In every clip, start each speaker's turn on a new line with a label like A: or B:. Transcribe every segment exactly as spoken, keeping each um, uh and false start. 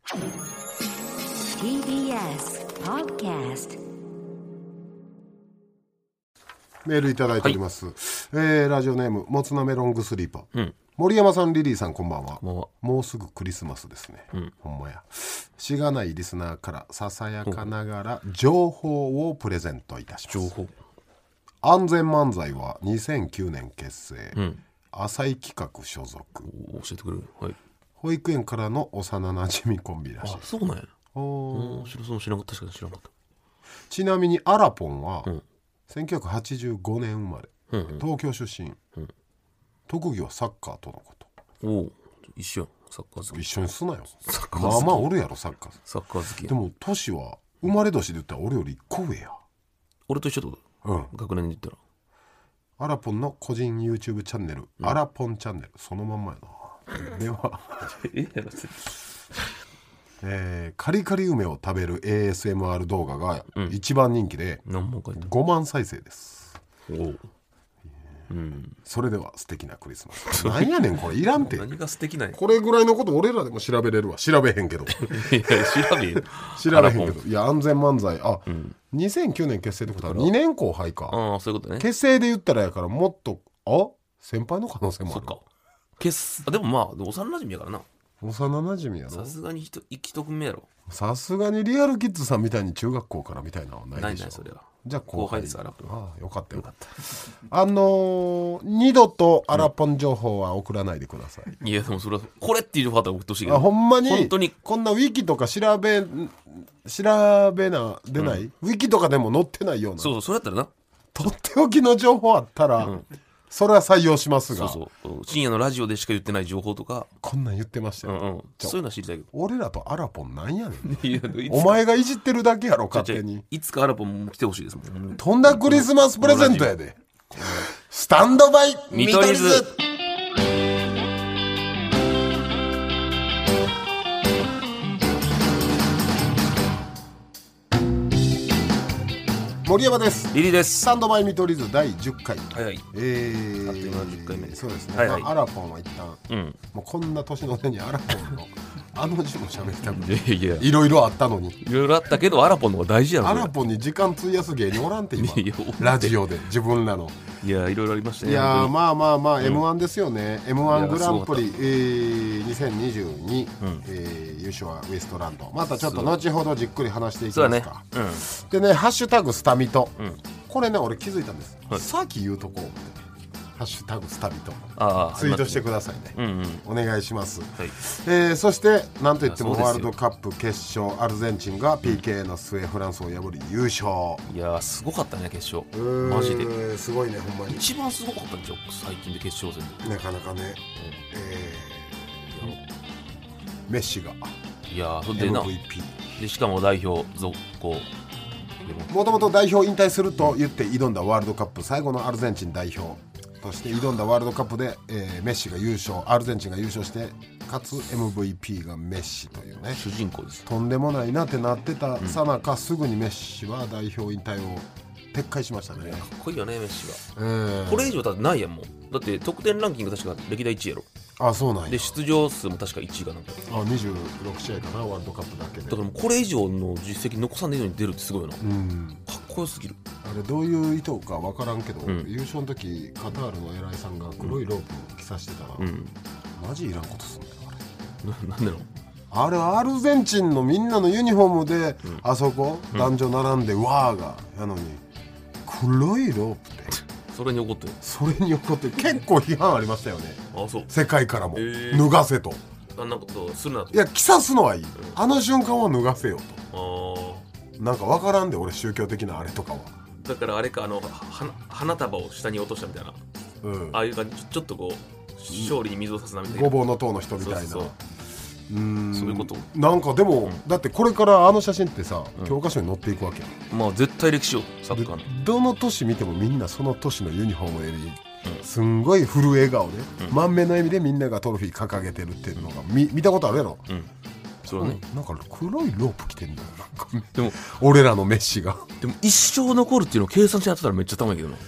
A: ティービーエス Podcast。
B: メールいただいております、はい。えー、ラジオネームもつなめロングスリーパー、うん、森山さん、リリーさん、こんばんは。もうすぐクリスマスですね、うん、ほんまや。しがないリスナーからささやかながら情報をプレゼントいたします。情報。安全漫才はにせんきゅうねん結成、うん、浅井企画所属。教えてくれる、はい、保育園からの幼なじみコンビらしい。あ、そうなんや。おー、その知らなかった。確かに知らなかった。ちなみにアラポンは、うん、せんきゅうひゃくはちじゅうごねん生まれ、うんうん、東京出身、うん、特技はサッカーとのこと。おお、一緒やん。サッカー好き。一緒にすなよ。まあまあおるやろサッカー。サッカー好きや。でも年は生まれ年で言ったら俺よりいっこ上や。俺と一緒ってこと？うん。学年で言ったらアラポンの個人 YouTube チャンネル、うん、アラポンチャンネル、そのまんまやな。ではええー、カリカリ梅を食べる エーエスエムアール 動画が一番人気でごまん再生です。おう、うん、それでは素敵なクリスマス。なんやねんこれいらんて。何が素敵なんや。これぐらいのこと俺らでも調べれるわ。調べへんけどいや調べへん調べへんけど。いや安全漫才、あ、うん、にせんきゅうねん結成ってことはにねんこう輩か。ああ、そういうことね。結成で言ったらやからもっと、あ、先輩の可能性もある。そっか。結あでもまあ幼馴染やからな。幼馴染やろ。さすがに一一組目やろ。さすがにリアルキッズさんみたいに中学校からみたいなのはないでしょ。ないないそれは。じゃあ後輩ですから。ああよかったよかった。あのー、二度とアラポン情報は送らないでください。うん、いやでもそれはこれっていう情報だったら送ってほしいけど。あほんまに本当にこんなウィキとか調べ調べな出ない、うん、ウィキとかでも載ってないような。そうそうそれやったらな。とっておきの情報あったら。うん、それは採用しますが。そうそう深夜のラジオでしか言ってない情報とかこんなん言ってましたよ、うんうん、そういうのは知りたいけど。俺らとアラポンなんやねんいやお前がいじってるだけやろ勝手に。いつかアラポンも来てほしいですもん。とんだクリスマスプレゼントやで。スタンドバイ見取り図。森山です。リリーです。スタンドバイ見取り図だいじゅっかい。はいはい。えー、あっという間じゅっかいめ。そうですね。はいはい、まあ、アラポンは一旦、うん、もうこんな年の手にアラポンのあの字も喋りたくない。いやいやいろいろあったのに。いろいろあったけどアラポンの方が大事やろ。アラポンに時間費やす芸人おらんて今。ラジオで自分らの。いやいろいろありましたね。いやまあまあまあ、うん、エムワン ですよね。エムワン グランプリ、えー、にせんにじゅうに、うんえー、優勝はウエストランド。またちょっと後ほどじっくり話していきますか。そうだね。うん、でねハッシュタグスタミト、うん、これね俺気づいたんです。はい、さっき言うとこう。ハッシュタグスタビトツイートしてくださいね、うんうん、お願いします、はいえー、そしてなんといってもワールドカップ決勝アルゼンチンが ピーケー の末フランスを破り優勝。いやーすごかったね決勝マジですごいねほんまに一番すごかったんですよ最近で決勝戦でなかなかね、うんえー、メッシがいやーでな エムブイピー でしかも代表続行もともと代表引退すると言って挑んだワールドカップ最後のアルゼンチン代表として挑んだワールドカップで、えー、メッシが優勝アルゼンチンが優勝してかつ エムブイピー がメッシというね主人公です。とんでもないなってなってたさなか、うん、すぐにメッシは代表引退を撤回しましたね。かっこいいよねメッシは、えー、これ以上だってないやんもうだって得点ランキング確か歴代いちいやろ。あそうなんや。で出場数も確かいちいかなんかあにじゅうろくしあいかなワールドカップだけで。だからもうこれ以上の実績残さねえのに出るってすごいよな。うんかっこよすぎる。あれどういう意図か分からんけど、うん、優勝の時カタールの偉いさんが黒いロープ着さしてたら、うん、マジいらんことすんだよあれ。 な, なんでのあれアルゼンチンのみんなのユニフォームで、うん、あそこ男女並んで、うん、わーがやのに黒いロープでそれに怒ってるそれに怒って結構批判ありましたよね。あそう世界からも、えー、脱がせとあんなことするなと。いや着さすのはいい、うん、あの瞬間は脱がせよと。あなんか分からんで俺宗教的なあれとかは。だからあれかあの花束を下に落としたみたいな、うん、ああいう感じちょっとこう勝利に水を差すなみたいなごぼうの塔の人みたいな。そうそうそううーんそういうことなんかでも、うん、だってこれからあの写真ってさ、うん、教科書に載っていくわけやん。まあ絶対歴史をサッカーのどの年見てもみんなその年のユニフォームで、うん、すんごいフル笑顔で、うん、満面の笑みでみんながトロフィー掲げてるっていうのが 見, 見たことあるやろ、うんそうね、なんか黒いロープ着てんだよなんかでも俺らのメッシがでも一生残るっていうのを計算しやってたらめっちゃたまいけどな。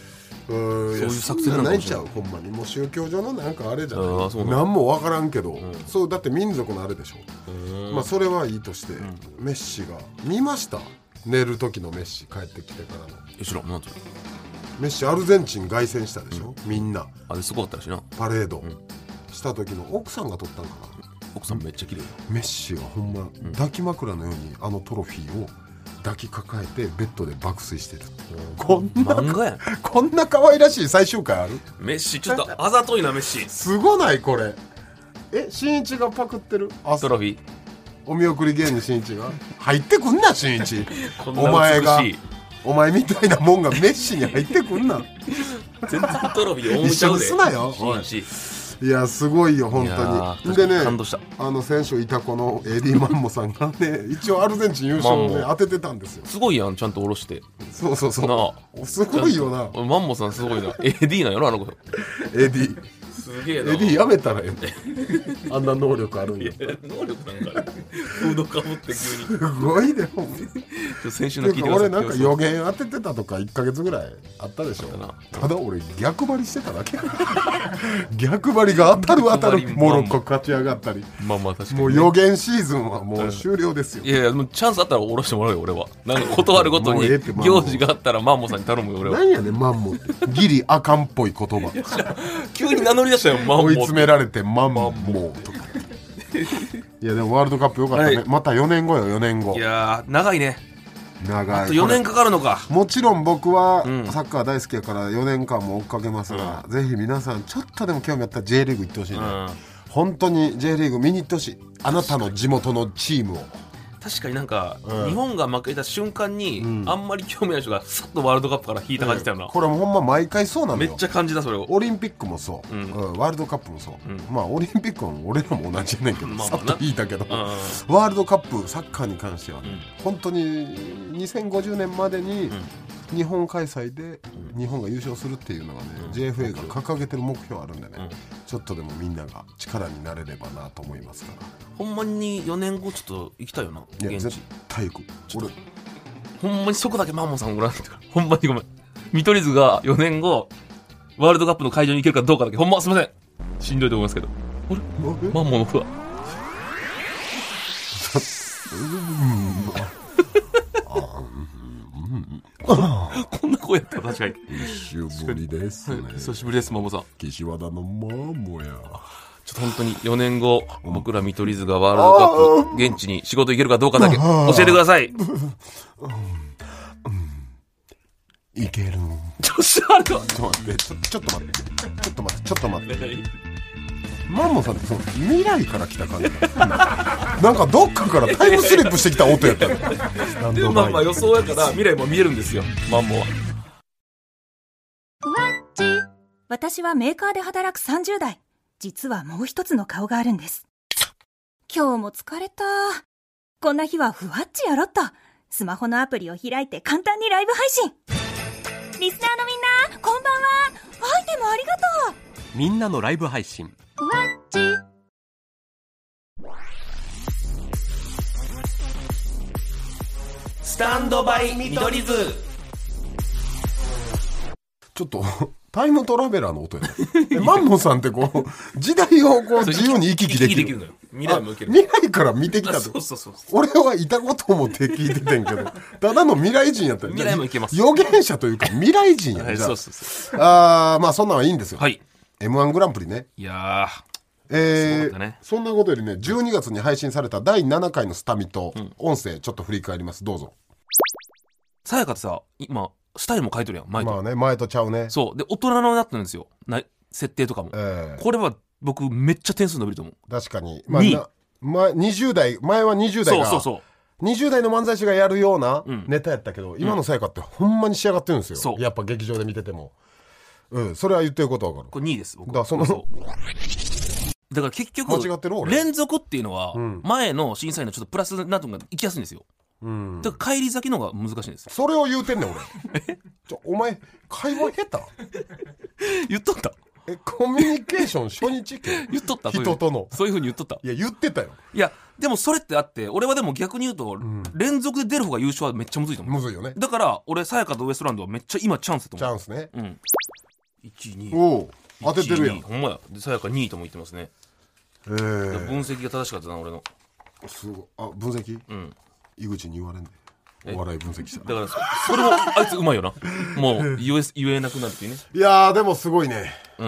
B: そう
C: いう作戦なんかもしれない。
B: ほんまにもう宗教上のなんかあれじゃない何も分からんけど、うん、そうだって民族のあれでしょ。まあそれはいいとして、うん、メッシが見ました寝る時のメッシ帰ってきてからの。
C: え知らんなんて
B: メッシアルゼンチン凱旋したでしょ、うん、みんな
C: あれすごかったしな
B: パレード、うん、した時の奥さんが撮ったんかな、
C: うん、奥さんめっちゃ綺麗。
B: メッシはほんま、うん、抱き枕のようにあのトロフィーを抱きかかえてベッドで爆睡してる。こんな
C: 漫画やん
B: こんな可愛らしい最終回ある？
C: メッシちょっとあざといなメッシ
B: すごないこれ。え新一がパクってる
C: トロフィー
B: お見送り芸人新一が入ってくんな新一お前がお前みたいなもんがメッシに入ってくんな
C: 全然トロフィー重いちゃうで
B: 一緒にすなよ新一。いやすごいよ本当に。でねあの選手いた子のエディ・マンモさんがね一応アルゼンチン優勝をね当ててたんですよ。
C: すごいやんちゃんと下ろして。
B: そうそうそうなすごいよな。
C: マンモさんすごいな。エディなんやろあの子。
B: エディ
C: すげえな。
B: エディやめたらええねあんな能力あるんや。
C: 能力なんかフードかぶって急に
B: すごいでほんま
C: 先週の聞いてください。
B: 俺なんか予言当ててたとかいっかげつぐらいあったでしょ。ただ俺逆張りしてただけ逆張りが当たる当たるモロッコ勝ち上がったり。
C: まあまあ確かに、
B: ね、もう予言シーズンはもう終了ですよ。
C: いやいやもうチャンスあったら下ろしてもらうよ俺は。なんか断るごとに行事があったらマンモさんに頼むよ俺は。
B: 何やねんマンモってギリあかんっぽい言葉
C: 急に名乗り出したよマンモ。
B: 追い詰められてマンモとかいやでもワールドカップよかったね、はい、またよねんごよよねんご。
C: いやー長いね。
B: 長い。
C: あとよねんかかるのか。
B: もちろん僕はサッカー大好きやからよねんかんも追っかけますが、うん、ぜひ皆さんちょっとでも興味あったら J リーグ行ってほしいね、うん、本当に J リーグ見に行ってほしい。あなたの地元のチームを。
C: 確かになんか、うん、日本が負けた瞬間に、うん、あんまり興味ない人がさっとワールドカップから引いた感じだよな、
B: うん、これもほんま毎回そうなのよ。
C: めっちゃ感じだそれを。
B: オリンピックもそう、うんうん、ワールドカップもそう、うん、まあオリンピックは俺らも同じやねんけど、まあまあ、さっと引いたけど、ワールドカップサッカーに関しては、ね、うん、本当ににせんごじゅうねんまでに日本開催で日本が優勝するっていうのがね、うん、ジェイエフエー が掲げてる目標あるんでね、うん、ちょっとでもみんなが力になれればなと思いますから。
C: ほんまによねんごちょっと行きたいよな。
B: いや絶対行く。俺
C: ほんまにそこだけマンモンさんご覧になってからほんまにごめん見取り図がよねんごワールドカップの会場に行けるかどうかだけほんますいませんしんどいと思いますけど。あれマンモンのふわこんな声やったら確かに
B: 久しぶりですね。
C: 久しぶりですマンモさん。
B: 岸和田のマンモや。
C: ちょっと本当によねんご僕ら見取り図がワールドカップ現地に仕事行けるかどうかだけ教えてください。
B: いける。
C: ちょっと待って
B: ちょっと待ってちょっと待ってちょっと待ってちょっと待ってマンモさんってその未来から来た感じなんかどっかからタイムスリップしてきた音やったの
C: でもまあまあ予想やから未来も見えるんですよマンモは。
D: 私はメーカーで働くさんじゅう代。実はもう一つの顔があるんです。今日も疲れた。こんな日はふわっちやろっとスマホのアプリを開いて簡単にライブ配信。リスナーのみんなこんばんは。アイテムありがと
E: う。みんなのライブ配信ふわっち。
C: スタンドバイ見取り図。
B: ちょっとタイムトラベラーの音やねマンモさんってこう時代をこう自由に行き来できる。
C: 行き来できるのよ。未来も行ける。
B: 未来から見てきたと。
C: そうそうそう。
B: 俺はいたこと思って聞いててんけどただの未来人やったよ。
C: 未来も行けます。
B: 予言者というか未来人やね、はい、じゃあ。そうそうそう。あーまあそんなんはいいんですよ。
C: はい。
B: エムワン グランプリね。
C: いやー
B: えー、ね、そんなことよりねじゅうにがつに配信されただいななかいのスタミと音声ちょっと振り返ります。どうぞ。
C: さやかってさ今スタイルも変えとるやん前と。
B: まあね前とちゃうね。
C: そうで大人のなってるんですよな設定とかも、えー、これは僕めっちゃ点数伸びると思う。
B: 確かに、まあ、なまにじゅう代前はにじゅう代がそうそうそうにじゅう代の漫才師がやるようなネタやったけど、うん、今のさやかってほんまに仕上がってるんですよ、そうやっぱ劇場で見てても。うんそれは言ってることわかる。
C: これにいです僕。
B: だからその
C: だから結局間違ってる俺連続っていうのは前の審査員のちょっとプラスなどが行きやすいんですよ。うん、だから帰り先の方が難しいんですよ。
B: それを言うてんねん俺ちょお前会話下手
C: 言っとった
B: えコミュニケーション初日
C: 言っとった
B: 人との
C: そういう風に言っとった。
B: いや言ってたよ。
C: いやでもそれってあって俺はでも逆に言うと、うん、連続で出る方が優勝はめっちゃむずいと思う。
B: むずいよね。
C: だから俺さやかとウエストランドはめっちゃ今チャンスと思う。
B: チャンスね。うん
C: いちいにい
B: おお当ててるやん。
C: ほんまや。でさやかにいとも言ってますね。
B: えー、
C: 分析が正しかったな俺の。
B: すごい。あ分析、
C: うん、
B: 井口に言われんでお笑い分析した
C: だからそ, それもあいつうまいよな。もう言 え, 言えなくなるっていうね。
B: いやーでもすごいね。
C: うん、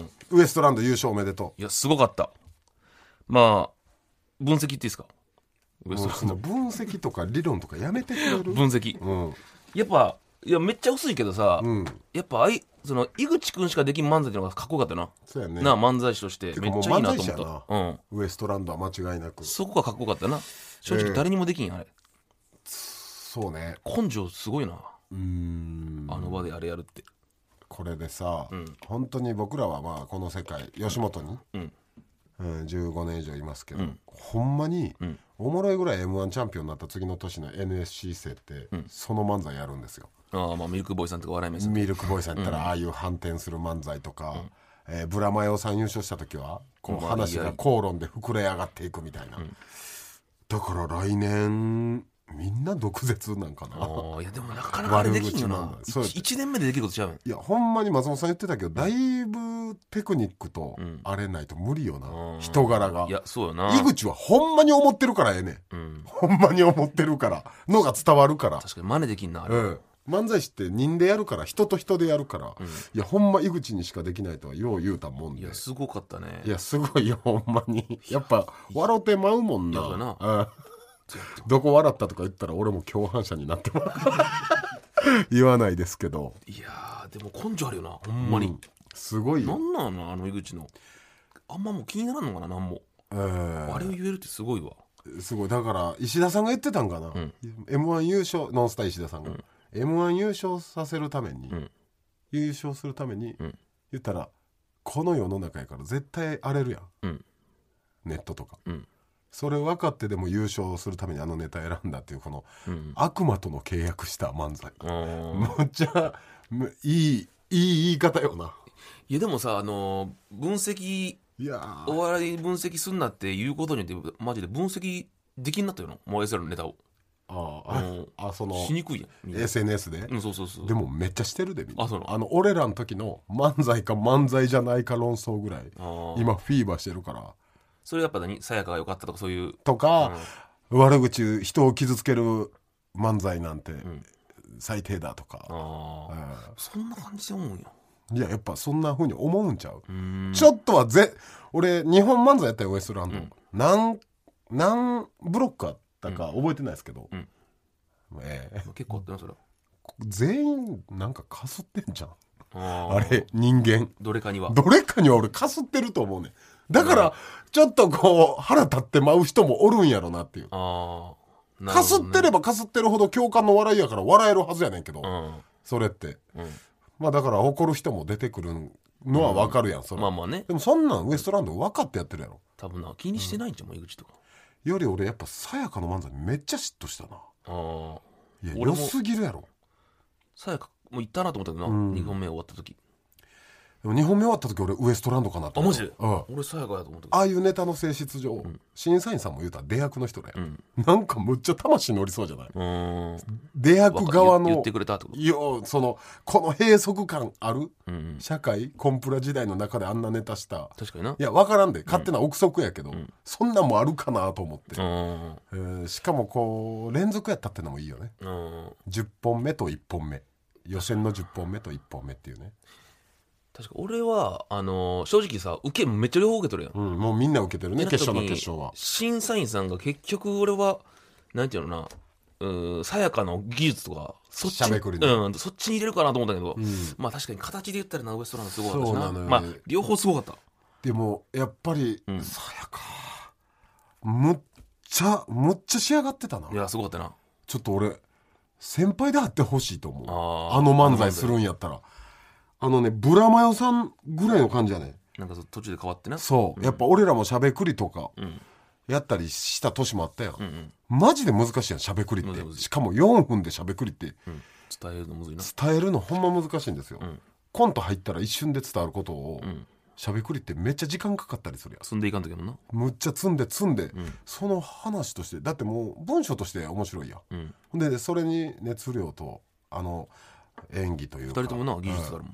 B: ウエストランド優勝おめでとう。
C: いやすごかった。まあ分析っていいですか。
B: ウエストランド分析とか理論とかやめてくれる。
C: 分析、うん、やっぱいやめっちゃ薄いけどさ、うん、やっぱあいその井口くんしかできん漫才っていうのがかっこよかったな。
B: そうやね。
C: な漫才師としてめっちゃいいなと思った。うん、
B: ウエストランドは間違いなく
C: そこがかっこよかったな。正直誰にもできんあれ、
B: えー、そうね。
C: 根性すごいな。
B: うーん
C: あの場であれやるって。
B: これでさ、うん、本当に僕らはまあこの世界吉本に、うんうん、じゅうごねん以上いますけど、うん、ほんまに、うん、おもろいぐらい エムワン チャンピオンになった次の年の エヌエスシー 生って、うん、その漫才やるんですよ。
C: あまあミルクボーイさんとか笑い飯
B: ミルクボーイさんやったら、うん、ああいう反転する漫才とか、うんえー、ブラマヨさん優勝した時はこう話が口論で膨れ上がっていくみたいな、うん、だから来年みんな毒舌なんかな。
C: いやでもなかなかできんよな。いちねんめでできることちゃう。
B: いやほんまに松本さん言ってたけど、だいぶテクニックとあれないと無理よな、うん、人柄が。
C: いやそうよな。
B: 井口はほんまに思ってるからええねん、うん、ほんまに思ってるからのが伝わるから。
C: 確かに真似できんなあれ、
B: うん漫才師って人でやるから人と人でやるから、うん、いやほんま井口にしかできないとはよう言うたもんで。
C: いやすごかったね。
B: いやすごいよほんまに。やっぱ笑ってまうもんな。いやな、うん、どこ笑ったとか言ったら俺も共犯者になっても言わないですけど。
C: いやでも根性あるよなほんまに、うん、
B: すごいよ。
C: なんなのあの井口のあんまもう気にならんのかななんも、えー、あれを言えるってすごいわ。
B: すごい。だから石田さんが言ってたんかな、うん、エムワン 優勝ノンスター石田さんが、うんエムワン 優勝させるために、うん、優勝するために、うん、言ったらこの世の中やから絶対荒れるやん、うん、ネットとか、うん、それ分かってでも優勝するためにあのネタ選んだっていうこの、うん、悪魔との契約した漫才、むっちゃいいいい言い方よな。
C: いやでもさあのー、分析いやお笑い分析すんなっていうことによってマジで分析できんなったよなもう エスエル のネタを。
B: あああその
C: しにくいやん
B: エスエヌエス で、
C: うん、そうそうそう。
B: でもめっちゃしてるでみんな。
C: あそうなの。
B: あの俺らの時の漫才か漫才じゃないか論争ぐらい今フィーバーしてるから。
C: それやっぱ何さやかが良かったとかそういう
B: とか、うん、悪口人を傷つける漫才なんて最低だとか、うん、
C: そんな感じで思うんや。
B: いややっぱそんな風に思うんちゃう。うんちょっとはぜ俺日本漫才やったよウエストランド、うん、何何ブロックあったか覚えてないですけど、うんえー、
C: 結構あったなそれ。
B: 全員なんかかすってんじゃん あ, あれ人間
C: どれかには
B: どれかには俺かすってると思うね。だからちょっとこう腹立ってまう人もおるんやろなっていう。あー、かすってればかすってるほど共感の笑いやから笑えるはずやねんけど、うん、それって、うん、まあだから怒る人も出てくるのは分かるやん、うん、それ
C: まあまあね。
B: でもそんなんウエストランド分かってやってるやろ
C: 多分な。気にしてないんじゃん、うん、井口とか
B: より俺やっぱさやかの漫才めっちゃ嫉妬したな。あいや
C: 俺
B: 良すぎるやろ。
C: さやかもう行ったなと思ったけどな、うん、にほんめ終わった時。
B: でもにほんめ終わった時俺ウエストランドかなと
C: 思った。あマジで、
B: うん、
C: 俺さやかやと思った。
B: ああいうネタの性質上、うん、審査員さんも言うたら出役の人だよ、うん、なんかむっちゃ魂乗りそうじゃない。うん出役側の
C: 言ってくれたってこと。
B: いやそのこの閉塞感ある、うん、社会コンプラ時代の中であんなネタした。確
C: かにな。
B: いや分からんで勝手な憶測やけど、うん、そんなんもあるかなと思って、うんえー、しかもこう連続やったってのもいいよね、うん、じゅっぽんめといっぽんめ予選のじゅっぽんめといっぽんめっていうね。
C: 確か俺はあのー、正直さ受けめっちゃ両方受け取るやん、
B: うん、もうみんな受けてるね決勝の決勝は。
C: 審査員さんが結局俺はなんていうのなさやかの技術とかそっち
B: しゃべくり、ね
C: うん、そっちに入れるかなと思ったけど、うん、まあ確かに形で言ったらなウエストランドすごかったしな。そうなのよ、ね、まあ両方すごかった。
B: でもやっぱりさやかむっちゃむっちゃ仕上がってたな。
C: いやすごかったな。
B: ちょっと俺先輩であってほしいと思う。 あ, あの漫才するんやったらあのねブラマヨさんぐらいの感じやね。
C: なんか途中で変わってな。
B: そう、うん、やっぱ俺らもしゃべくりとかやったりした年もあったやん、うんうん、マジで難しいやんしゃべくりって。しかもよんぷんでしゃべくりって、うん、
C: 伝えるのむずいな。
B: 伝えるのほんま難しいんですよ、うん、コント入ったら一瞬で伝わることを、うんしゃべくりってめっちゃ時間かかったりするやん。
C: 積んでいかんときもな。
B: むっちゃ積んで積んで、うん、その話としてだってもう文章として面白いやん、うん、でそれに熱量とあの演技というか
C: ふたりともな技術あるもん、うん、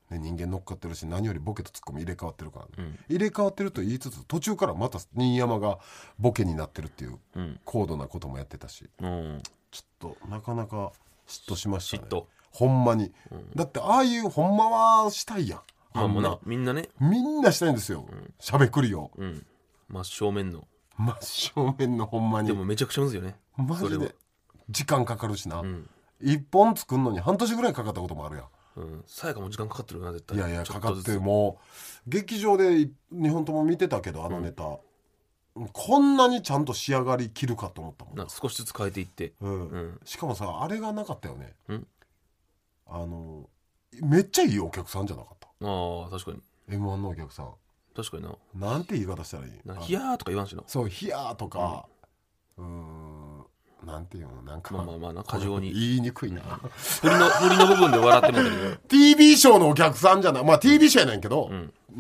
B: ね、人間乗っかってるし何よりボケとツッコミ入れ替わってるからね、うん、入れ替わってると言いつつ途中からまた新山がボケになってるっていう高度なこともやってたし、うん、ちょっとなかなか嫉妬しましたね。嫉妬ほんまに、うん、だってああいうほんまはしたいやん。
C: あんまなみんなね
B: みんなしたいんですよ、うん、しゃべくりを、
C: うん、真正面の
B: 真正面のほんまに。
C: でもめちゃくちゃむずいよね
B: マジで時間かかるしな、うん、いっぽん作るのに半年ぐらいかかったこともあるやん。
C: さやかも時間かかってるな絶対。
B: いやいやかかってる。もう劇場でにほんとも見てたけどあのネタ、うん、こんなにちゃんと仕上がりきるかと思ったもん
C: な。少しずつ変えていって、
B: うんうん、しかもさあれがなかったよね、うん、あのめっちゃいいお客さんじゃなかった。
C: あ確かに エ
B: ムワン のお客さん
C: 確かにな。
B: なんて言い方したらいい。
C: ヒヤーとか言わんしな。
B: そうヒヤーとか、うん、うーんなんていうのなんか
C: まあまあまあな過剰に
B: 言いにくいな
C: 振りの振りの部分で笑ってもらってる
B: ティービー ショーのお客さんじゃない。まあ ティービー ショーやないけど、うんうん、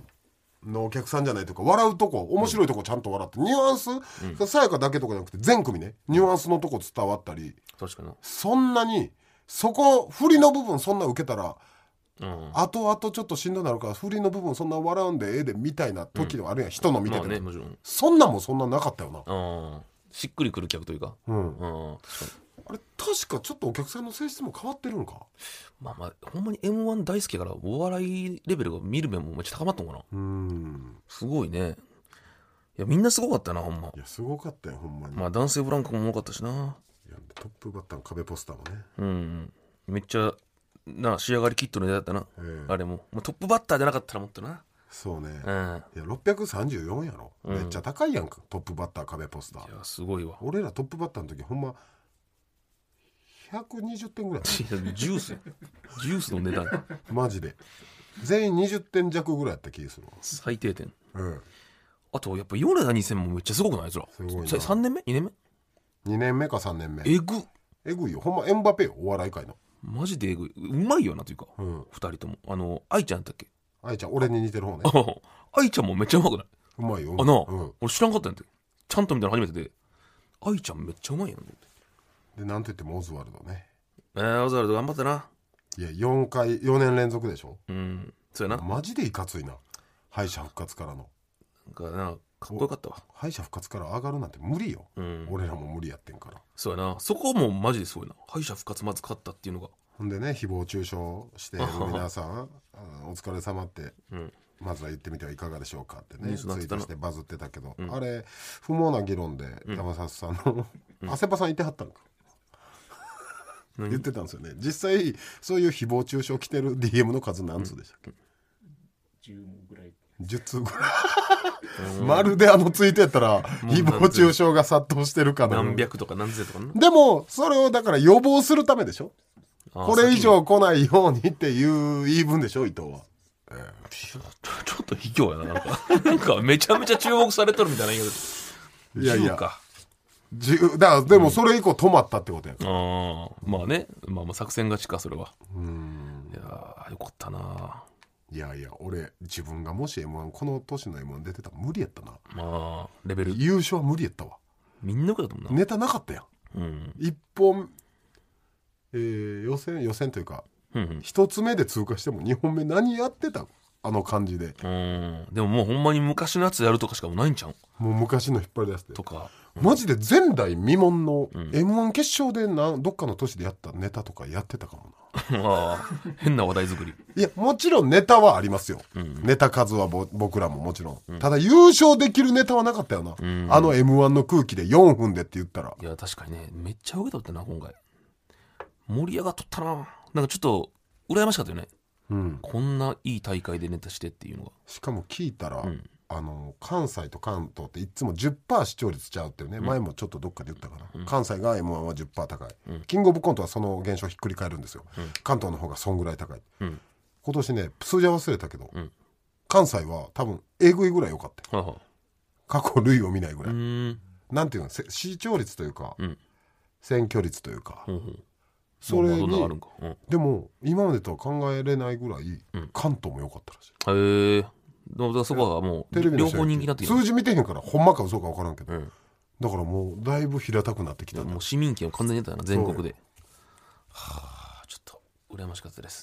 B: のお客さんじゃないというか笑うとこ面白いとこちゃんと笑って、うん、ニュアンスさやかだけとかじゃなくて全組ねニュアンスのとこ伝わったり。
C: 確かに
B: そんなにそこ振りの部分そんな受けたら、うん、後々ちょっとしんどなるから振りの部分そんな笑うんでええでみたいな時ではあるやん、うん、人の見てても、まあね、もちろんそんなんもそんななかったよな。
C: あしっくりくる客というか、うん、
B: うん、確かにあれ確かちょっとお客さんの性質も変わってるのか。
C: まあまあほんまに エムワン 大好きやからお笑いレベルが見る目もめっちゃ高まったのかな。うんすごいね。いやみんなすごかったなほんま。
B: いやすごかったよほんまに。
C: まあ男性ブランコも多かったしな。い
B: やトップバッターの壁ポスターもね、
C: うん、めっちゃな仕上がりキットのネタだったな、えー、あれももうトップバッターじゃなかったらもっとな。
B: そうね、うん、いやろっぴゃくさんじゅうよんやろ、うん、めっちゃ高いやんかトップバッター壁ポスター。
C: いやすごいわ。
B: 俺らトップバッターの時ほんまひゃくにじゅってんぐらい
C: ジュースジュースの値段
B: マジで全員にじゅってん弱ぐらいやった気がするわ
C: 最低点、うん、あとやっぱ米田にせんもめっちゃすごくないあいつら。すごいな。さんねんめ ?に 年目
B: にねんめかさんねんめ。
C: えぐ
B: えぐいよほんまエムバペよお笑い界の。
C: マジでえぐい。うまいよなというか、うん、ふたりともあの愛ちゃんやったっけ。
B: 愛ちゃん俺に似てる方ね
C: 愛ちゃんもめっちゃうまくない。
B: うまいよ。
C: あなあ、うん、俺知らんかったんやてちゃんと見たの初めてで愛ちゃんめっちゃうまいやん
B: でなんと言ってもオズワルドね。
C: えー、オズワルド頑張ってな。
B: いやよんかいよねん連続でしょ。
C: うんそうやな。
B: マジでいかついな敗者復活からの
C: なんかなかっこよかったわ。
B: 敗者復活から上がるなんて無理よ、うん、俺らも無理やってんから。
C: そうやなそこもマジですごいな。敗者復活まず勝ったっていうのが。
B: ほんでね誹謗中傷してる皆さんお疲れ様って、うん、まずは言ってみてはいかがでしょうかってねツイートしてバズってたけど、うん、あれ不毛な議論で山里さんの、うん、汗場さんいてはったのか言ってたんですよね。実際そういう誹謗中傷来てる ディーエム の数何通でしたっけ、うん、
F: じゅうぐらい
B: じゅっつうぐらいまるであのツイートやったら誹謗中傷が殺到してるか
C: な。何百とか何千とかね。
B: でもそれをだから予防するためでしょ。これ以上来ないようにっていう言い分でしょ伊藤は、えー、
C: ちょ, ちょっと卑怯やななんかなんかめちゃめちゃ注目されとるみたいな言い方。
B: いやいやかじゅだからでもそれ以降止まったってことやから、うん、
C: あまあね、まあ、まあ作戦勝ちかそれは。うんいやよかったな。
B: いやいや俺自分がもし エムワン この年の エムワン 出てたら無理やったな。
C: まあレベル
B: 優勝は無理やったわ。
C: みんなくだと思うな。
B: ネタなかったやん、うん、一本、えー、予選予選というか一、うん、つ目で通過してもにほんめ何やってたあの感じで。
C: うんでももうほんまに昔のやつやるとかしかもないんちゃう。
B: もう昔の引っ張り出して
C: とか、
B: うん、マジで前代未聞の エムワン 決勝でなどっかの年でやったネタとかやってたかもな
C: あ変な話題作り。
B: いやもちろんネタはありますよ、うん、ネタ数はぼ僕らももちろん、うん、ただ優勝できるネタはなかったよな、うん、あの エムワン の空気でよんぷんでって言ったら。
C: いや確かにねめっちゃ受け取ってな今回盛り上がっとったな。なんかちょっと羨ましかったよね、うん、こんないい大会でネタしてっていうのが。
B: しかも聞いたら、うんあの関西と関東っていつも じゅっパーセント 視聴率ちゃうっていうね、うん、前もちょっとどっかで言ったかな、うん、関西が エムワン は じゅっパーセント 高い、うん、キングオブコントはその現象ひっくり返るんですよ、うん、関東の方がそんぐらい高い、うん、今年ね数字は忘れたけど、うん、関西は多分えぐいぐらい良かった、うん、過去類を見ないぐらい、うん、なんていうの視聴率というか、うん、選挙率というか、うん、それに、まあまあうん、でも今までとは考えれないぐらい、うん、関東も良かったらしい。
C: へえそこはもう両方人気になってきた。
B: 数字見てへんからほんまか嘘か分からんけど、うん、だからもうだいぶ平たくなってきた。
C: もう市民権を完全に得たな全国で、はあちょっと羨ましかったです。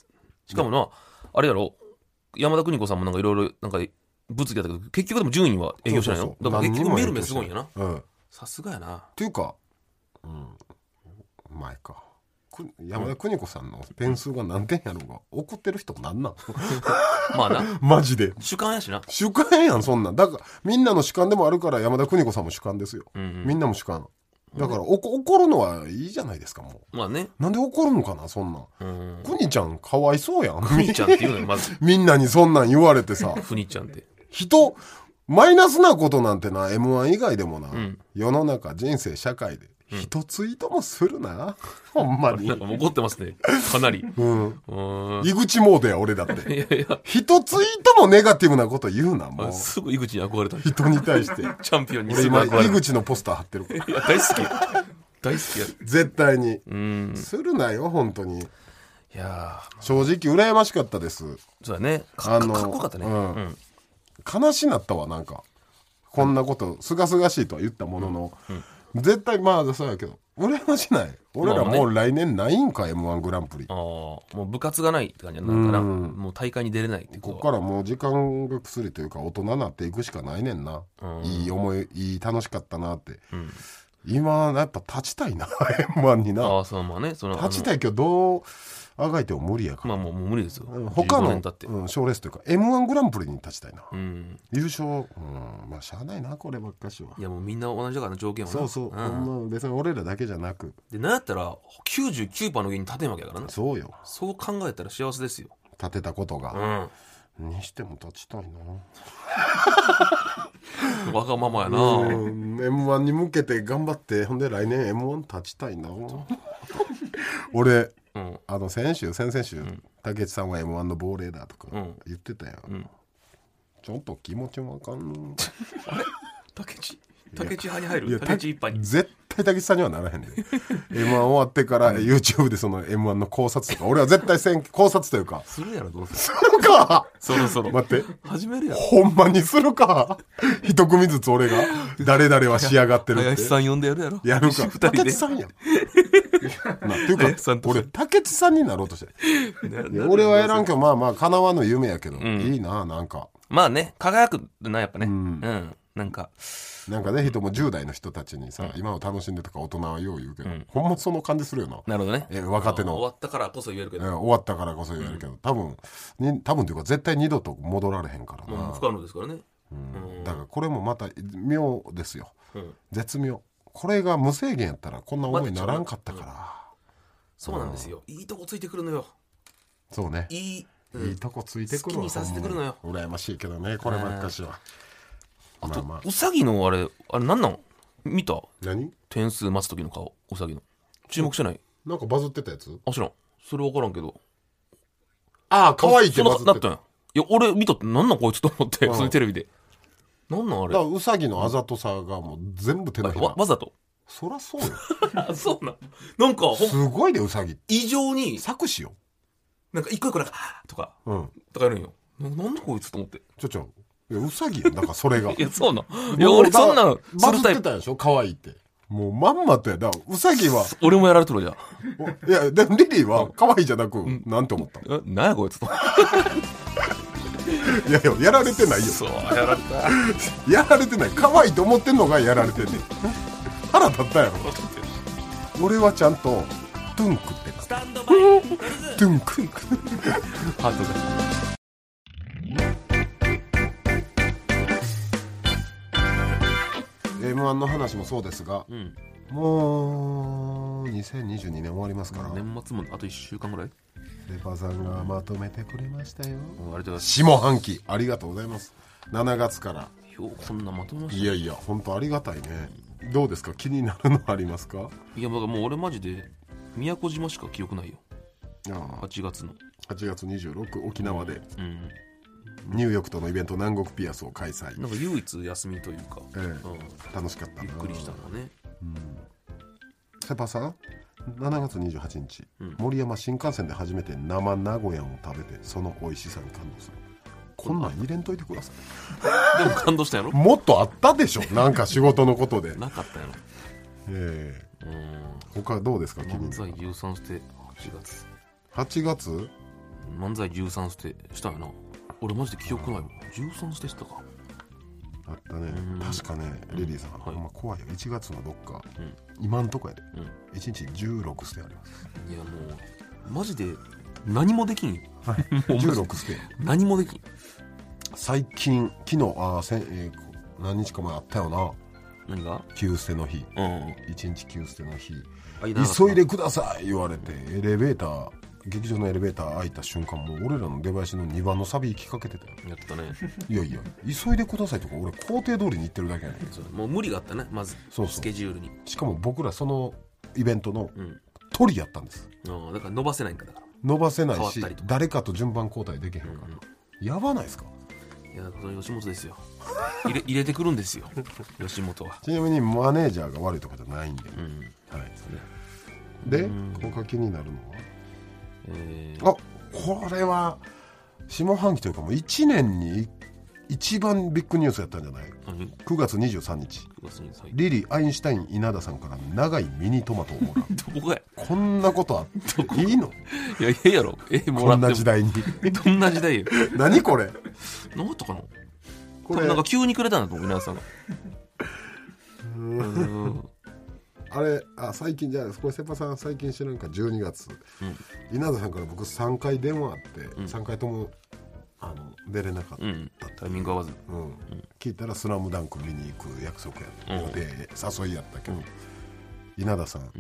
C: しかもな、あれやろ、山田邦子さんもなんかいろいろなんか物議だったけど、結局でも順位は営業しないの。だから結局メルメすごいんやな。さすがやな。
B: っていうか、うん、前か山田邦子さんの点数が何点やろうが怒ってる人なんなん
C: まあな
B: マジで
C: 主観やしな。
B: 主観やんそんなん。だからみんなの主観でもあるから山田邦子さんも主観ですよ、うんうん、みんなも主観だから、うん、怒るのはいいじゃないですか。もう
C: まあね、
B: なんで怒るのかなそんなん。邦ちゃんかわいそうやん。
C: 邦ちゃんって言うのよまず
B: みんなにそんなん言われてさ
C: 邦ちゃんって
B: 人マイナスなことなんてな エムワン 以外でもな、うん、世の中人生社会で一ツイートもするな、うん、ほんまに
C: なんか怒ってますねかなり、うん、
B: 井口モードや俺だっていやいや一ツイートもネガティブなこと言うな。もう
C: すぐ井口に憧れた
B: 人に対して
C: チャンピオンに
B: 俺今井口のポスター貼ってるから
C: いや大好き大好きや
B: 絶対にうんするなよ本当に。い
C: や
B: 正直羨ましかったです。
C: そうだね か, あのかっこよかったね、うんうん、
B: 悲しなったわ。なんかこんなことすがすがしいとは言ったものの、うんうん、絶対まあそうやけど羨ましない。俺らもう来年ないんか、まあね、エムワン グランプリ。ああ
C: もう部活がないって感じなんかな。もう大会に出れないって
B: ここからもう時間が薬というか大人になっていくしかないねんな。いい思いいい楽しかったなって、うん、今やっぱ立ちたいなエムワン にな。
C: ああそうまあねその
B: 立ちたいけどどうあがいても無理やから。
C: まあもうもう無理ですよ。
B: 他の賞、うん、レースというか エムワン グランプリに立ちたいな、うん、優勝、うん、まあしゃあないなこればっかしは。
C: いやもうみんな同じだから条件は
B: そうそう、うんまあ、別に俺らだけじゃなく
C: でなんやったら きゅうじゅうきゅうパーセント の上に立てんわけやからな。
B: そうよ。
C: そう考えたら幸せですよ。
B: 立てたことが、うん、にしても立ちたいな
C: わがままやな。
B: うん エムワン に向けて頑張ってほんで来年 エムワン 立ちたいな俺うん、あの先週先々週、うん、竹内さんは エムワン の亡霊だとか言ってたやん、うん、ちょっと気持ちわかんの
C: あれ竹内竹内派に入る。竹内一派に
B: 絶対竹内さんにはならへんでエムワン 終わってから YouTube でその エムワン の考察とか俺は絶対せん考察というか
C: するやろどうせ
B: するか
C: そろそろ
B: 待って
C: 始めるやろ
B: ほんまにするか一組ずつ俺が誰々は仕上がってるって
C: 林さん呼んでやるやろ
B: やるか竹内さんやんなっていうか俺竹内さんになろうとして俺はやらんけどまあまあ叶わぬ夢やけど、うん、いいななんか
C: まあね輝くなやっぱね、うん、うん、なんか
B: なんかね人もじゅう代の人たちにさ、うん、今を楽しんでとか大人はよう言うけど、うん、ほんまその感じするよな。
C: なるほどね。
B: え若手の
C: 終わったからこそ言えるけど、
B: え終わったからこそ言えるけど、うん、多分に多分というか絶対二度と戻られへんからな、
C: うん、不可能ですからね、
B: うん、だからこれもまた妙ですよ、うん、絶妙。これが無制限やったらこんな思いにならんかったから、まうん、
C: そうなんですよ。いいとこついてくるのよ。
B: そうね
C: いい、
B: うん、いいとこついてくる
C: 好きにさせてくるのよ。
B: 羨ましいけどねこればっかしは。
C: あと、まあまあ、うさぎのあれあれなんなん見た？
B: 何？
C: 点数待つ時の顔うさぎの注目してない？
B: なんかバズってたやつ？
C: あ知らん。それ分からんけど。
B: ああ可愛いってバズってた。
C: なったんや。いや俺見とってなんなんこいつと思ってそのテレビで。なんなんあれ？
B: だからうさぎのあざとさがもう全部手のひら。
C: わ, わざと？
B: そらそうよ。
C: そうなん。なんか
B: すごいでうさぎ。
C: 異常に
B: 作詞よ。
C: なんか一個一個なんかとか、うん、とかやるんよ。な, なんだこいつと思って。
B: ちょちょ。いやうさぎやんだからそれが
C: いやそうなんいや俺そんなの
B: バズってたでしょ可愛いってもうまんまとやだうさぎは
C: 俺もやられとるじゃ
B: んいやでもリリーは可愛いじゃなく、うん、なんて思った
C: えなんやこいつと
B: いやいややられてないよ。
C: そうやられた
B: やられてない可愛いと思ってんのがやられてんねん腹立ったやろ俺はちゃんとトゥンクって
C: スタンドバイ
B: トゥンク
C: ハートだ
B: エムワン の話もそうですが、うん、もうにせんにじゅうにねん終わりますから、
C: 年末もあといっしゅうかんぐらい
B: レパさんがまとめてくれましたよ、
C: うん、ありがとうございます。
B: 下半期ありがとうございます。しちがつから
C: ようこんなまとめました。
B: いやいや本当ありがたいね、うん、どうですか気になるのありますか？
C: いやもう俺マジで宮古島しか記憶ないよ。
B: あ
C: はちがつの
B: はちがつにじゅうろく沖縄で、うんうんニューヨークとのイベント南国ピアスを開催。
C: なんか唯一休みというか、ええうん、
B: 楽しかったな。
C: ゆっくりしたのね、うん、
B: セパさんしちがつにじゅうはちにち、うん、森山新幹線で初めて生名古屋を食べてその美味しさに感動する。こんなん入れんといてくださ
C: いでも感動したやろ
B: もっとあったでしょなんか仕事のことで
C: なかったやろ
B: ええー、他どうですか？
C: 漫才優さんしてはちがつ
B: はちがつ
C: 漫才じゅうさんステしたよな。俺マジで記憶ないもん。じゅうさんステしたか
B: あったね。確かね、リリーさん、ほんま怖いよ。いちがつのどっか、今んとこやで、いちにちじゅうろくステあります。
C: いやもうマジで何もできん。
B: じゅうろくステ
C: 何もできん。
B: 最近昨日あせん、えー、何日か前あったよな。
C: 何が
B: 急捨ての日、
C: うん、
B: いちにち急捨ての日、急いでください言われて、エレベーター劇場のエレベーター開いた瞬間、もう俺らの出囃子のにばんのサビ行きかけてたよ。
C: やったね。
B: いやいや急いでくださいとか俺工程通りに行ってるだけやねん。
C: もう無理があったね、まず。そうそう、スケジュールに。し
B: かも僕らそのイベントの鳥やったんです、
C: うん、あだから伸ばせないんか。だから
B: 伸ばせないし誰かと順番交代できへんから、うんうん、やばないですか。
C: いやそれ吉本ですよ。入れ入れてくるんですよ吉本は。
B: ちなみにマネージャーが悪いとかじゃないんで、うんはい、で、うん、今回気になるのは、えー、あこれは下半期というかもういちねんに一番ビッグニュースやったんじゃない？くがつにじゅうさんにち、リリー・アインシュタイン稲田さんから長いミニトマトをもらう。
C: どこや
B: こんなことあっていいの？
C: いやいややろ、えもらっても
B: こんな時代に
C: どんな時代よ。
B: 何これ
C: 何だったかな。これなんか急にくれたんだと思う稲田さんが。
B: うーんあれあ最近じゃあこれセパさん最近知らんかじゅうにがつ、うん、稲田さんから僕さんかい電話あって、うん、さんかいともあの出れなかった、うん、
C: タイミング合わず、
B: うんうん、聞いたらスラムダンク見に行く約束やった、うん、で誘いやったけど、うん、稲田さん、うん、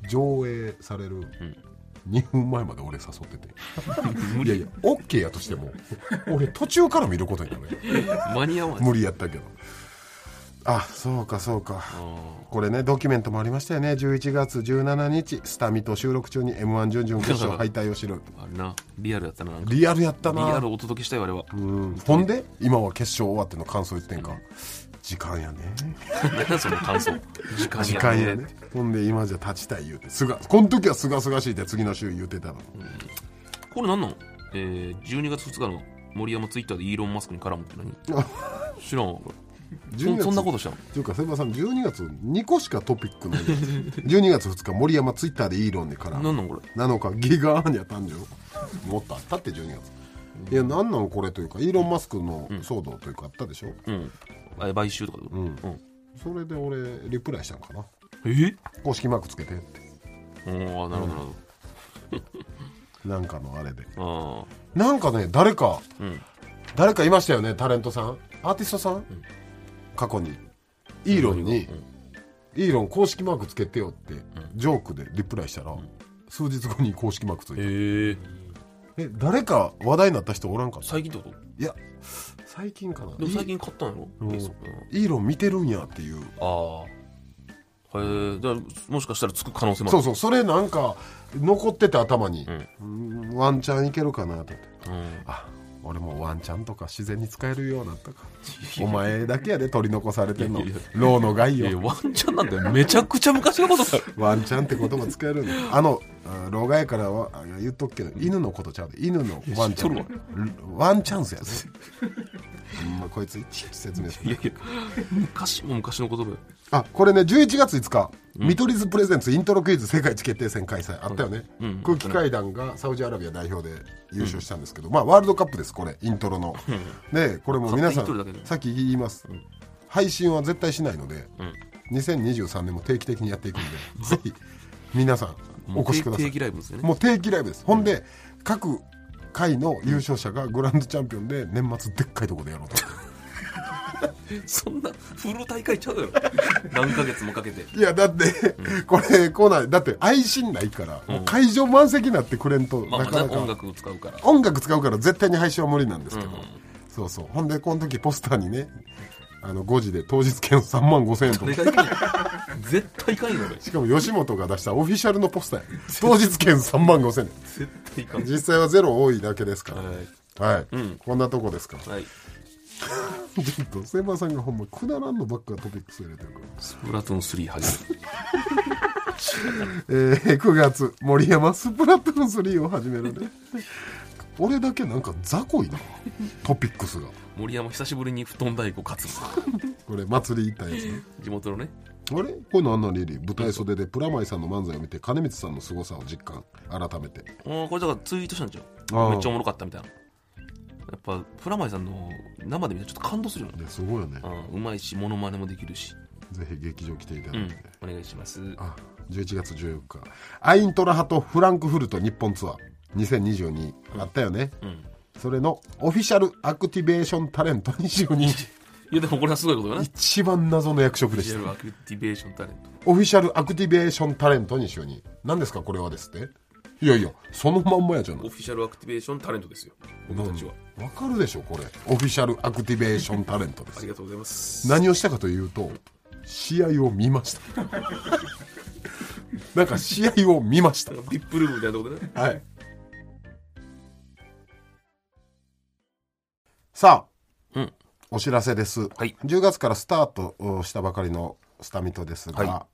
B: 上映されるにふんまえまで俺誘ってていやいや OK やとしても俺途中から見ることになる
C: 間に合わない
B: 無理やったけど。あそうかそうか。これねドキュメントもありましたよね。じゅういちがつじゅうしちにちスタミと収録中に エムワン 準々決勝敗退を知る。
C: あれなリアルやったな。
B: リアルやったな。
C: リアルお届けしたよあれは。
B: うんほんで今は決勝終わっての感想言ってんか、うん、時間やね。
C: 何その感想。時間やね。
B: 時間やね。ほんで今じゃ立ちたい言うてすがこの時はすがすがしいって次の週言うてたの、うん、
C: これ何なの、えー、じゅうにがつふつかの森山ツイッターでイーロン・マスクに絡むって何知らんわこれ。そ, そんなことしたの
B: っていうかセバさんじゅうにがつにこしかトピックないじゅうにがつふつか森山ツイッターでイーロンに絡む。
C: 何なんこれ
B: なのかギガアーニャ誕生もっとあったってじゅうにがつ、うん、いや何なんこれというかイーロン・マスクの騒動というかあったでしょ、うん
C: うん、買収とかで、うんうん、
B: それで俺リプライしたんかな。
C: え
B: 公式マークつけてって
C: おーなるほどなるほ
B: どなんかのあれであなんかね誰か、うん、誰かいましたよねタレントさんアーティストさん、うん過去にイーロンに、うん、イーロン公式マークつけてよってジョークでリプライしたら、うん、数日後に公式マークついて、ええ誰か話題になった人おらんかった？
C: 最近ってこと？
B: いや最近かな。
C: でも最近買ったんやろ、うん、イ
B: ーロン見てるんやっていう。
C: ああへえだからもしかしたらつく可能性も
B: ある。そうそうそれなんか残ってて頭に、うん、ワンチャンいけるかなと思って、うん、あ俺もワンチャンとか自然に使えるようになったか。お前だけやで取り残されてんの。ローの害よ。
C: いやワンチャンなんてめちゃくちゃ昔のことだよ。
B: ワンチャンって言葉使えるの。あの老害からは言っとくけど犬のことちゃうで犬のワンチャンワンチャンスやで。まあ、こいつ説明する。いやいや
C: 昔も昔の言葉よ。
B: あこれねじゅういちがついつか、うん、見取り図プレゼンツイントロクイズ世界一決定戦開催あったよね、うんうん、空気階段がサウジアラビア代表で優勝したんですけど、うん、まあワールドカップですこれイントロの、うん、でこれも皆さんさっき言います、うん、配信は絶対しないので、うん、にせんにじゅうさんねんも定期的にやっていくんでぜひ皆さんお越しください。
C: 定期ライブですね。
B: もう定期ライブです、うん、ほんで各回の優勝者がグランドチャンピオンで年末でっかいとこでやろうと
C: そんなフル大会ちゃうよ何ヶ月もかけて。
B: いやだって、うん、これコーナーだって愛心ないから、うん、もう会場満席になってくれんと、
C: まあ、なかなか音楽使うから
B: 音楽使うから絶対に配信は無理なんですけど、うん、そうそうほんでこの時ポスターにねあのごじで当日券さんまんごせんえんとか
C: 絶対いかんよ
B: しかも吉本が出したオフィシャルのポスターや当日券さんまんごせんえん
C: 絶対いかん。
B: 実際はゼロ多いだけですからはい、はいうん、こんなとこですか。はいちょっとセバさんがほんまくだらんのばっかトピックス入れてるから
C: スプラトゥーンスリー始
B: める、えー、くがつ森山スプラトゥーンスリーを始めるね俺だけなんか雑魚いなトピックスが。
C: 森山久しぶりに布団太鼓勝つ
B: これ祭り行ったやつね
C: 地元のね。
B: あれこれなんなんリリー舞台袖でプラマイさんの漫才を見て金光さんの凄さを実感改めて。
C: あこれだからツイートしたんじゃん。 めっちゃおもろかったみたいな。やっぱプラマイさんの生で見たらちょっと感動するよね。
B: すごいよね。
C: うん、うまいしモノマネもできるし。
B: ぜひ劇場来ていただいて、
C: うん、お願いします。
B: あ、じゅういちがつじゅうよっかアイントラハとフランクフルト日本ツアーにせんにじゅうに、うん、あったよね、うん、それのオフィシャルアクティベーションタレントに就任。い
C: やでもこれはすごいことよね。
B: 一番謎の役職でした。
C: オフィシャルアクティベーションタレント
B: オフィシャルアクティベーションタレントに就任。何ですかこれはですって。いやいやそのまんまやじゃない。
C: オフィシャルアクティベーションタレントですよ僕たちは。
B: わかるでしょこれ。オフィシャルアクティベーションタレントです。
C: ありがとうございます。
B: 何をしたかというと試合を見ました。なんか試合を見ました。
C: ビップルームみたいなとこでね。
B: はい。さあ、うん、お知らせです、はい、じゅうがつからスタートしたばかりのスタミトですが、はい、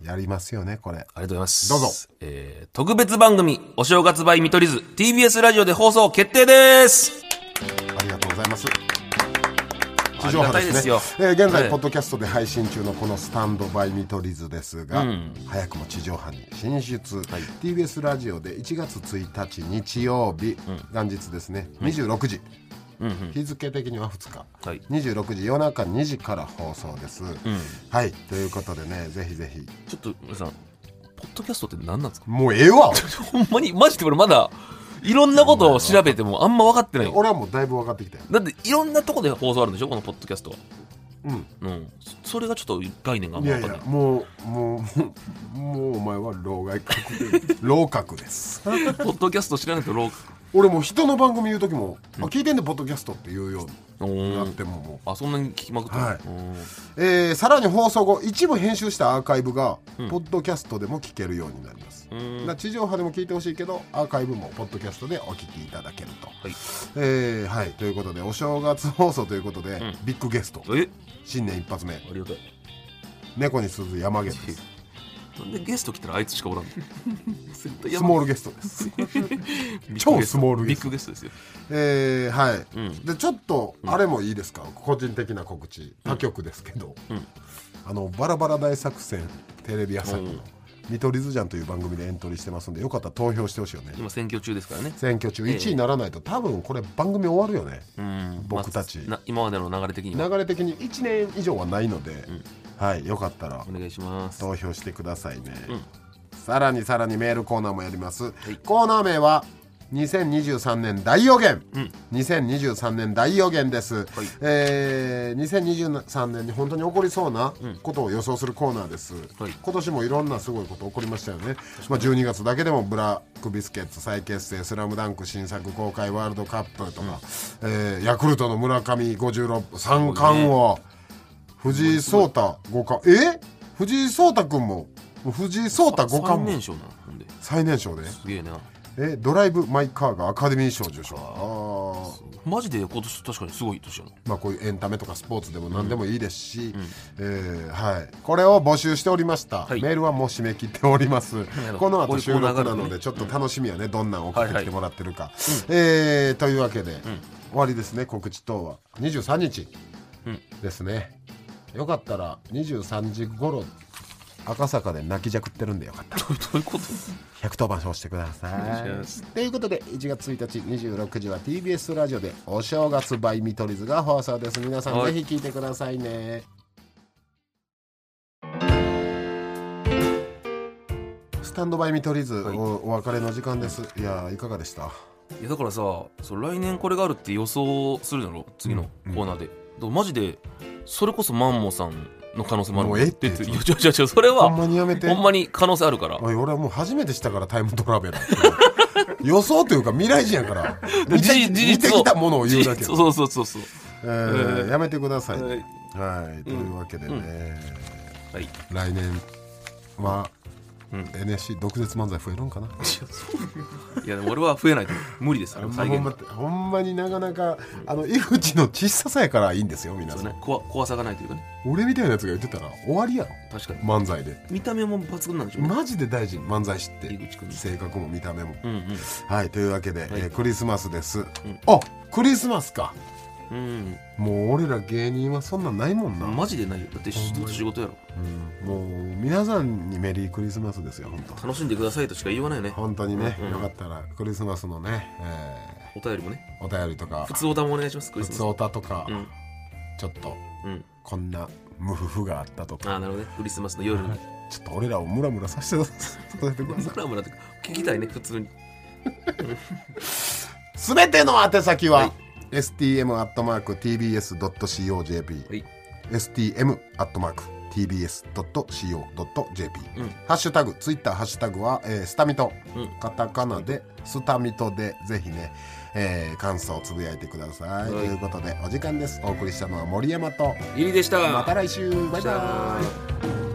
B: やりますよねこれ。あり
C: がとうございます。
B: どうぞ、
C: えー、特別番組お正月バイ見取り図 ティービーエス ラジオで放送決定です。
B: ありがとうございます。地上波ですね。えー、現在、はい、ポッドキャストで配信中のこのスタンドバイ見取り図ですが、うん、早くも地上波に進出、はい、ティービーエス ラジオでいちがつついたち日曜日、うん、元日ですね、にじゅうろくじ、うんうん、日付的にはふつか、はい、にじゅうろくじ夜中にじから放送です、うん、はいということでねぜひぜひ。
C: ちょっと皆さんポッドキャストって何なんですか。
B: もうええわ
C: ほんまにマジで俺まだいろんなことを調べてもあんま分かってない。
B: 俺はもうだいぶ分かってきたよ。
C: だっていろんなとこで放送あるんでしょこのポッドキャストは。うん、うん、それがちょっと概念があんま分かんない。
B: いやいやもうもうもうお前は老害確定老角です
C: ポッドキャスト知らないと老角。
B: 俺も人の番組言う時も、うん、あ聞いてんでポッドキャストって言うようになってもも
C: うあそんなに聞きまくった、はい
B: えー、さらに放送後一部編集したアーカイブが、うん、ポッドキャストでも聞けるようになります。だ地上波でも聞いてほしいけどアーカイブもポッドキャストでお聞きいただけると、はいえーはい、ということでお正月放送ということで、うん、ビッグゲストえ新年一発目あ
C: りがとう
B: 猫に鈴山毛です。
C: なんでゲスト来たらあいつしかおらんの
B: スモールゲストです超スモールゲスト
C: ビッグゲストですよ。
B: えー、はい、うん、でちょっとあれもいいですか、うん、個人的な告知他局ですけど、うん、あのバラバラ大作戦テレビ朝日の見取り図じゃんという番組でエントリーしてますんでよかったら投票してほしいよね。
C: 今選挙中ですからね。
B: 選挙中いちいにならないと、えー、多分これ番組終わるよね。うん僕たち、
C: まあ、今までの流れ的に
B: 流れ的にいちねん以上はないので、うんはい、よかったら
C: お願いします
B: 投票してくださいね、うん、さらにさらにメールコーナーもやります、はい、コーナー名はにせんにじゅうさんねん大予言、うん、にせんにじゅうさんねん大予言です、はいえー、にせんにじゅうさんねんに本当に起こりそうなことを予想するコーナーです、はい、今年もいろんなすごいこと起こりましたよね、まあ、じゅうにがつだけでもブラックビスケッツ再結成スラムダンク新作公開ワールドカップとか、うんえー、ヤクルトの村上ごじゅうろく三冠王藤井聡太五冠え藤井聡太君も藤井聡太五冠も
C: 最年少なので
B: 最年少です
C: げえな
B: えドライブ・マイ・カーがアカデミー賞受賞。あ
C: マジで今年確かにすごい年やな。
B: まあこういうエンタメとかスポーツでも何でもいいですし、うんえーはい、これを募集しておりました、はい、メールはもう締め切っておりますこの後収録なのでちょっと楽しみやね、うん、どんなん送ってきてもらってるか、はいはいえー、というわけで、うん、終わりですね。告知等はにじゅうさんにちですね、うん、よかったらにじゅうさんじ頃赤坂で泣きじゃくってるんでよかったら
C: どういうこと
B: ひゃくとおばんしてしてください。ということでいちがつついたちにじゅうろくじは ティービーエス ラジオでお正月バイ見取り図が放送です。皆さんぜひ聞いてくださいね。スタンドバイ見取り図、はい、お, お別れの時間です。いやいかがでした？
C: いやだからさそ来年これがあるって予想するだろ次のコーナーで、うんうん、マジでそれこそマンモさんの可能性もある。
B: もうえって
C: いやちょちょちょそれは
B: ほんまにやめて。
C: ほんまに可能性あるから。
B: おい俺はもう初めてしたからタイムトラベラー予想というか未来人やから見て, 見てきたものを言うだけ。
C: そうそうそうそう、
B: えーえー、やめてください、ね、はい、はい、というわけでね、うんはい、来年はうん、エヌエスシー 毒舌漫才増えるんかな。
C: いやでも俺は増えないと無理です。
B: ほんま、ほんまになかなかあの井口の小ささやからいいんですよ皆さん、ね、
C: 怖, 怖さがないというかね。
B: 俺みたいなやつが言ってたら終わりやろ。
C: 確かに
B: 漫才で
C: 見た目も抜群なんでしょう、ね、
B: マジで大事漫才師って井口君性格も見た目も、うんうん、はいというわけで、はいえー、クリスマスです、うん、あクリスマスか
C: うん、
B: もう俺ら芸人はそんなんないもんな。
C: マジでないよ。だって仕事やろ、
B: うん、もう皆さんにメリークリスマスですよ。本当
C: 楽しんでくださいとしか言わないね。
B: 本当にね、うんうん、よかったらクリスマスのね、
C: えー、お便りもね、
B: お便りとか
C: 普通おたもお願いします。
B: クリスマス普通おたとか、
C: うん、
B: ちょっと、うん、こんな無夫婦があったとか。
C: あ、なるほどね。クリスマスの夜に
B: ちょっと俺らをムラムラさせてください。ム
C: ラムラとか聞きたいね、普通に。
B: すべての宛先は、はい、エスティーエム アットマーク ティービーエス ドット シーオー ジェーピー、はい、エスティーエム アットマーク ティービーエス ドット シーオー ドット ジェーピー、うん、ハッシュタグツイッターハッシュタグは、えー、スタミト、うん、カタカナでスタミトでぜひね、えー、感想をつぶやいてください、はい、ということでお時間です。お送りしたのは森山と
C: ゆりでした。
B: また来週、バイバイ。